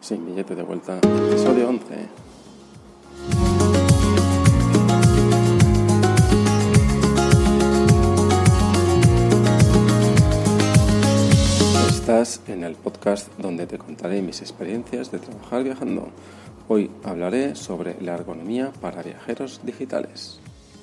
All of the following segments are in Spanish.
Sin billete de vuelta, episodio 11. Estás en el podcast donde te contaré mis experiencias de trabajar viajando. Hoy hablaré sobre la ergonomía para viajeros digitales.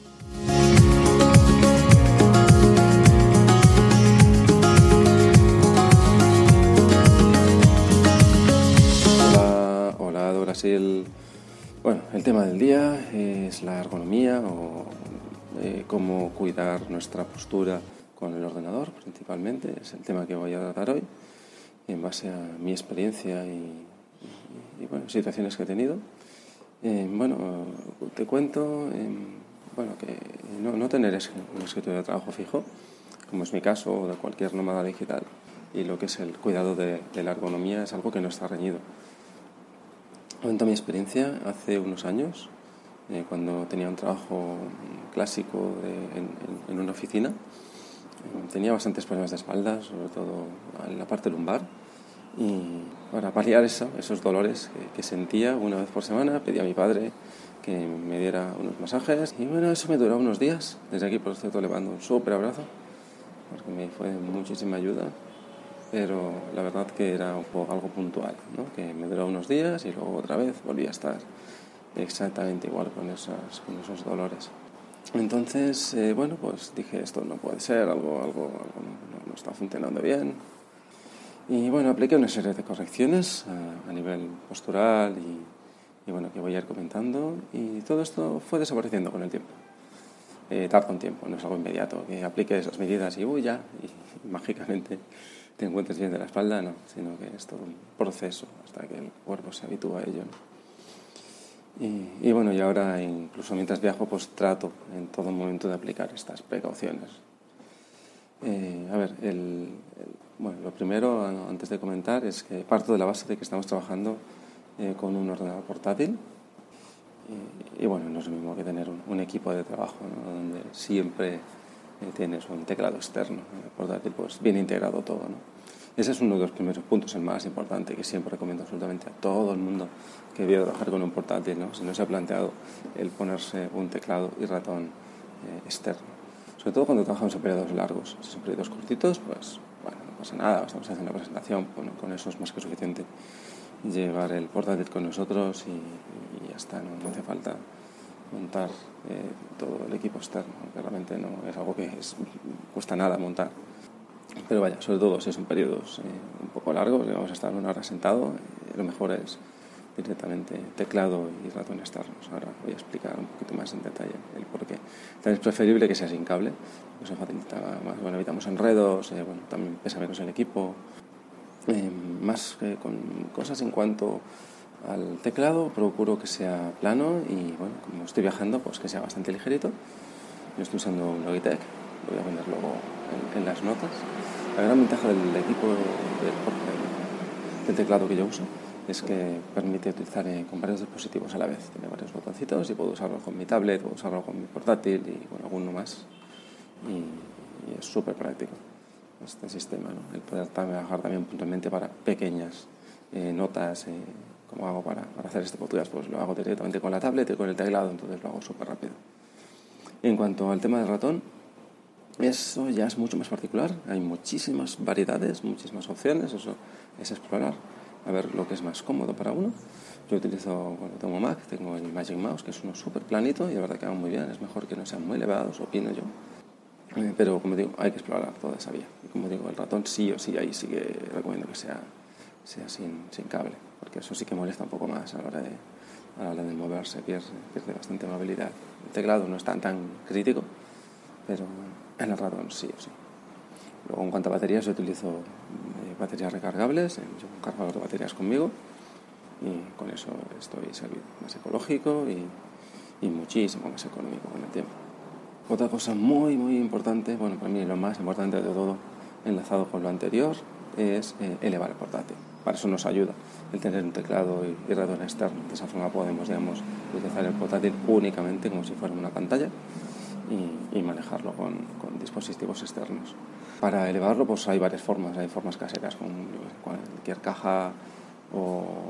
Hola de Brasil. Bueno, el tema del día es la ergonomía o cómo cuidar nuestra postura con el ordenador, principalmente. Es el tema que voy a tratar hoy en base a mi experiencia y situaciones que he tenido. Te cuento que no tener un escritorio de trabajo fijo, como es mi caso, o de cualquier nómada digital, y lo que es el cuidado de la ergonomía es algo que no está reñido. Cuento mi experiencia hace unos años, cuando tenía un trabajo clásico en una oficina. Tenía bastantes problemas de espalda, sobre todo en la parte lumbar, y para paliar esos dolores que sentía una vez por semana, pedí a mi padre que me diera unos masajes, y eso me duró unos días. Desde aquí, por cierto, le mando un súper abrazo, porque me fue de muchísima ayuda, pero la verdad que era algo puntual, ¿no? Que me duró unos días y luego otra vez volví a estar exactamente igual con esos dolores. Entonces, dije, esto no puede ser, algo no está funcionando bien. Y apliqué una serie de correcciones a nivel postural y que voy a ir comentando. Y todo esto fue desapareciendo con el tiempo. Tarda un tiempo, no es algo inmediato, que apliques las medidas y mágicamente te encuentres bien de la espalda, no, sino que es todo un proceso hasta que el cuerpo se habitúa a ello, ¿no? Y ahora incluso mientras viajo pues trato en todo momento de aplicar estas precauciones. Lo primero, antes de comentar, es que parto de la base de que estamos trabajando con un ordenador portátil y no es lo mismo que tener un equipo de trabajo, ¿no? Donde siempre tienes un teclado externo. En el portátil pues bien integrado todo, ¿no? Ese es uno de los primeros puntos, el más importante, que siempre recomiendo absolutamente a todo el mundo que viene a trabajar con un portátil, ¿no? Si no se ha planteado el ponerse un teclado y ratón externo. Sobre todo cuando trabajamos en periodos largos. Si son periodos cortitos, pues no pasa nada, estamos haciendo una presentación, con eso es más que suficiente. Llevar el portátil con nosotros y ya está, no hace falta montar todo el equipo externo, que realmente no es algo que cuesta nada montar. Pero sobre todo si son periodos un poco largos, vamos a estar una hora sentado, lo mejor es directamente teclado y ratón externos. Ahora voy a explicar un poquito más en detalle el porqué. También es preferible que sea sin cable, eso facilita más, evitamos enredos, también pesa menos el equipo. Más que con cosas en cuanto al teclado, procuro que sea plano y como estoy viajando, pues que sea bastante ligerito. Yo estoy usando un Logitech, lo voy a poner luego en las notas. La gran ventaja del equipo del teclado que yo uso es que permite utilizar con varios dispositivos a la vez. Tiene varios botoncitos y puedo usarlo con mi tablet, puedo usarlo con mi portátil y alguno más. Y es súper práctico este sistema, ¿no? El poder trabajar también puntualmente para pequeñas notas, como hago para hacer este podcast, pues lo hago directamente con la tablet y con el teclado, entonces lo hago súper rápido. En cuanto al tema del ratón, eso ya es mucho más particular, hay muchísimas variedades, muchísimas opciones, eso es explorar, a ver lo que es más cómodo para uno. Yo tengo Mac, tengo el Magic Mouse, que es uno súper planito y la verdad que va muy bien, es mejor que no sean muy elevados, opino yo. Pero como digo, hay que explorar toda esa vía. Y como digo, el ratón sí o sí, ahí sí que recomiendo que sea sin cable, porque eso sí que molesta un poco más a la hora de moverse, pierde bastante movilidad. El teclado no es tan crítico, pero en el ratón sí o sí. Luego, en cuanto a baterías, yo utilizo baterías recargables, yo un cargador de baterías conmigo y con eso estoy servido. Más ecológico y muchísimo más económico con el tiempo. Otra cosa muy muy importante, para mí lo más importante de todo, enlazado con lo anterior, es elevar el portátil. Para eso nos ayuda el tener un teclado y ratón externo. De esa forma podemos, utilizar el portátil únicamente como si fuera una pantalla y manejarlo con dispositivos externos. Para elevarlo pues hay varias formas, hay formas caseras con cualquier caja o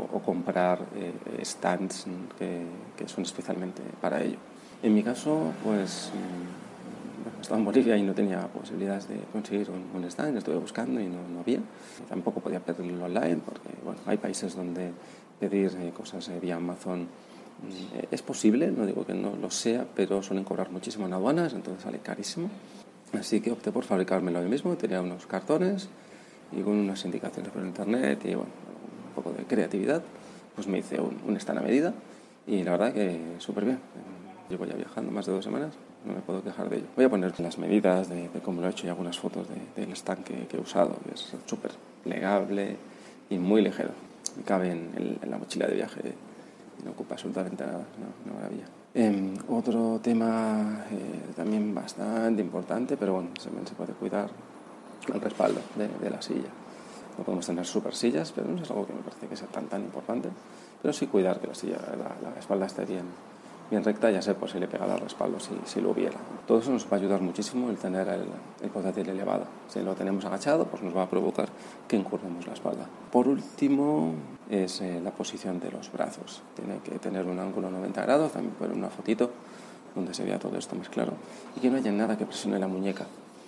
o comprar stands que son especialmente para ello. En mi caso, pues estaba en Bolivia y no tenía posibilidades de conseguir un stand, estuve buscando y no había. Tampoco podía pedirlo online porque hay países donde pedir cosas vía Amazon es posible, no digo que no lo sea, pero suelen cobrar muchísimo en aduanas, entonces sale carísimo. Así que opté por fabricármelo yo mismo, tenía unos cartones y con unas indicaciones por internet y un poco de creatividad, pues me hice un stand a medida y la verdad que súper bien. Llevo ya viajando más de 2 semanas, no me puedo quejar de ello. Voy a poner las medidas de cómo lo he hecho y algunas fotos del stand que he usado, que es súper plegable y muy ligero. Me cabe en la mochila de viaje y no ocupa absolutamente nada, es una maravilla. Otro tema también bastante importante, pero bueno, también se puede cuidar el respaldo de la silla. No podemos tener super sillas, pero no es algo que me parece que sea tan importante, pero sí cuidar que la silla, la espalda esté bien recta, ya sé por si le pegara al respaldo, si lo hubiera. Todo eso nos va a ayudar muchísimo el tener el portátil elevado. Si lo tenemos agachado, pues nos va a provocar que encurvemos la espalda. Por último, es la posición de los brazos. Tiene que tener un ángulo 90 grados, también poner una fotito donde se vea todo esto más claro y que no haya nada que presione la muñeca.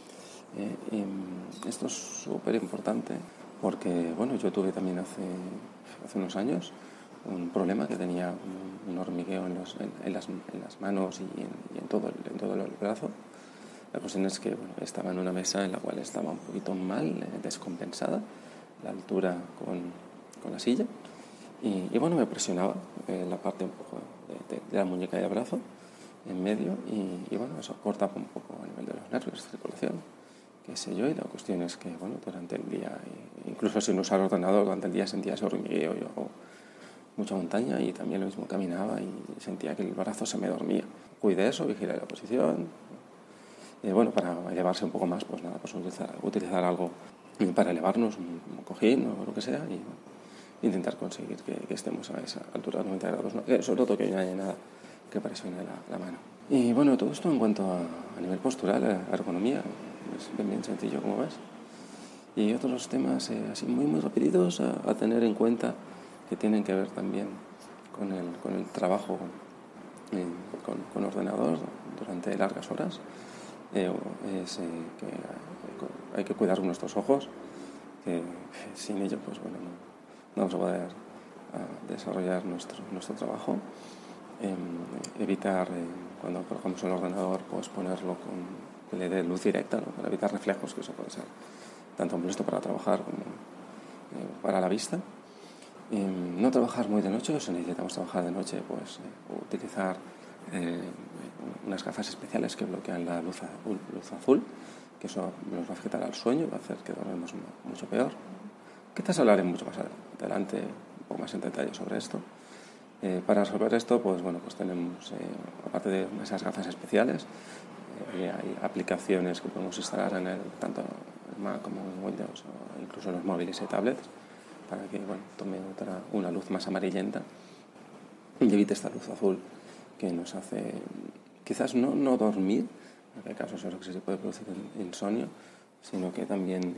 Esto es súper importante porque, yo tuve también hace unos años un problema que tenía un hormigueo en las manos y en todo el brazo. La cuestión es que estaba en una mesa en la cual estaba un poquito mal, descompensada, la altura con la silla. Y me presionaba la parte un poco de la muñeca y el brazo en medio y eso cortaba un poco a nivel de los nervios, de circulación, qué sé yo. Y la cuestión es que, durante el día, incluso sin usar ordenador, durante el día sentía ese hormigueo. Yo hago mucha montaña y también lo mismo, caminaba y sentía que el brazo se me dormía. Cuidé eso, vigilé la posición. Para elevarse un poco más, pues utilizar algo para elevarnos, un cojín o lo que sea, y intentar conseguir que estemos a esa altura de 90 grados, ¿no? Sobre todo que no haya nada que presione la mano. Y todo esto en cuanto a nivel postural, ergonomía, es bien sencillo, como ves. Y otros temas así muy rapiditos a tener en cuenta, que tienen que ver también con el trabajo con ordenador durante largas horas. Es que hay que cuidar nuestros ojos, que sin ello no vamos a poder desarrollar nuestro trabajo. Evitar cuando colocamos el ordenador, pues ponerlo que le dé luz directa, ¿no? Para evitar reflejos, que eso puede ser tanto molesto para trabajar como para la vista. No trabajar muy de noche, o si necesitamos trabajar de noche, pues utilizar unas gafas especiales que bloquean la luz azul, que eso nos va a afectar al sueño, va a hacer que dormamos mucho peor. Quizás hablaré mucho más adelante, un poco más en detalle sobre esto. Para resolver esto, pues tenemos, aparte de esas gafas especiales, hay aplicaciones que podemos instalar tanto en Mac como en Windows, o incluso en los móviles y tablets, para que tome una luz más amarillenta y evite esta luz azul que nos hace quizás no dormir, en aquel caso es lo que se puede producir insomnio, sino que también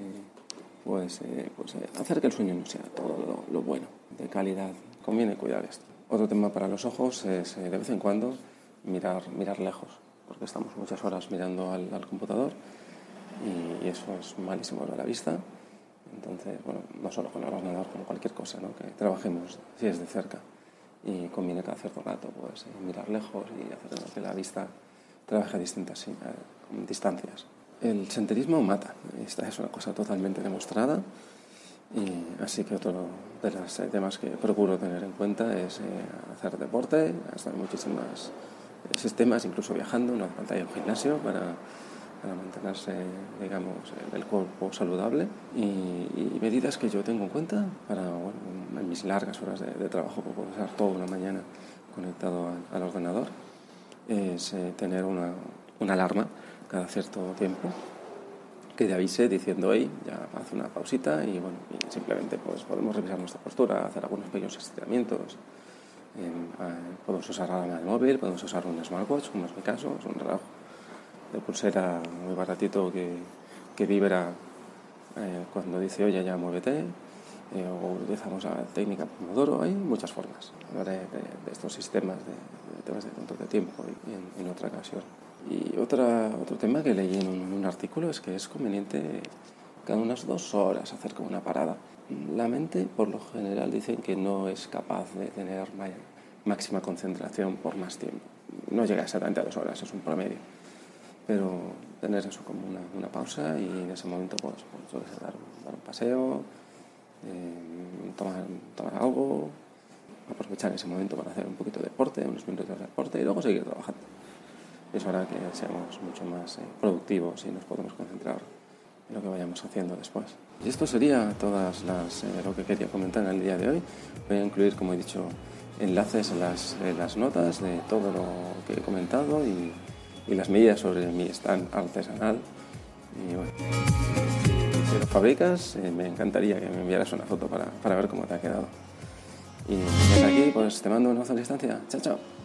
hacer que el sueño no sea todo lo bueno, de calidad. Conviene cuidar esto. Otro tema para los ojos es de vez en cuando mirar lejos, porque estamos muchas horas mirando al computador y eso es malísimo para la vista. Entonces, no solo con el ordenador, con cualquier cosa, ¿no? Que trabajemos si es de cerca. Y conviene cada cierto rato mirar lejos y hacer que la vista trabaje a distintas distancias. El senderismo mata. Esta es una cosa totalmente demostrada. Así que otro de los temas que procuro tener en cuenta es hacer deporte. Hay muchísimos sistemas, incluso viajando, no hace falta ir a un gimnasio para mantenerse, el cuerpo saludable, y medidas que yo tengo en cuenta para, en mis largas horas de trabajo, que puedo estar toda una mañana conectado al ordenador, es tener una alarma cada cierto tiempo que te avise diciendo, hey, ya haz una pausita y simplemente podemos revisar nuestra postura, hacer algunos pequeños estiramientos. Podemos usar la alarma del móvil, podemos usar un smartwatch, como es mi caso, es un reloj de pulsera muy baratito que vibra cuando dice, oye, ya muévete. o utilizamos la técnica Pomodoro. Hay muchas formas. Hablaré de estos sistemas de temas de control de tiempo en otra ocasión. Y otro tema que leí en un artículo es que es conveniente cada unas 2 horas hacer como una parada. La mente, por lo general, dicen que no es capaz de tener máxima concentración por más tiempo. No llega exactamente a 2 horas, es un promedio. Pero tener eso como una pausa y en ese momento pues dar un paseo, tomar algo, aprovechar ese momento para hacer un poquito de deporte, unos minutos de deporte y luego seguir trabajando. Eso hará que seamos mucho más productivos y nos podemos concentrar en lo que vayamos haciendo después. Y esto sería lo que quería comentar en el día de hoy. Voy a incluir, como he dicho, enlaces en las notas de todo lo que he comentado y las medidas sobre mi stand artesanal. Y bueno, si lo fabricas, me encantaría que me enviaras una foto para ver cómo te ha quedado. Y desde aquí, pues te mando un abrazo a distancia. Chao, chao.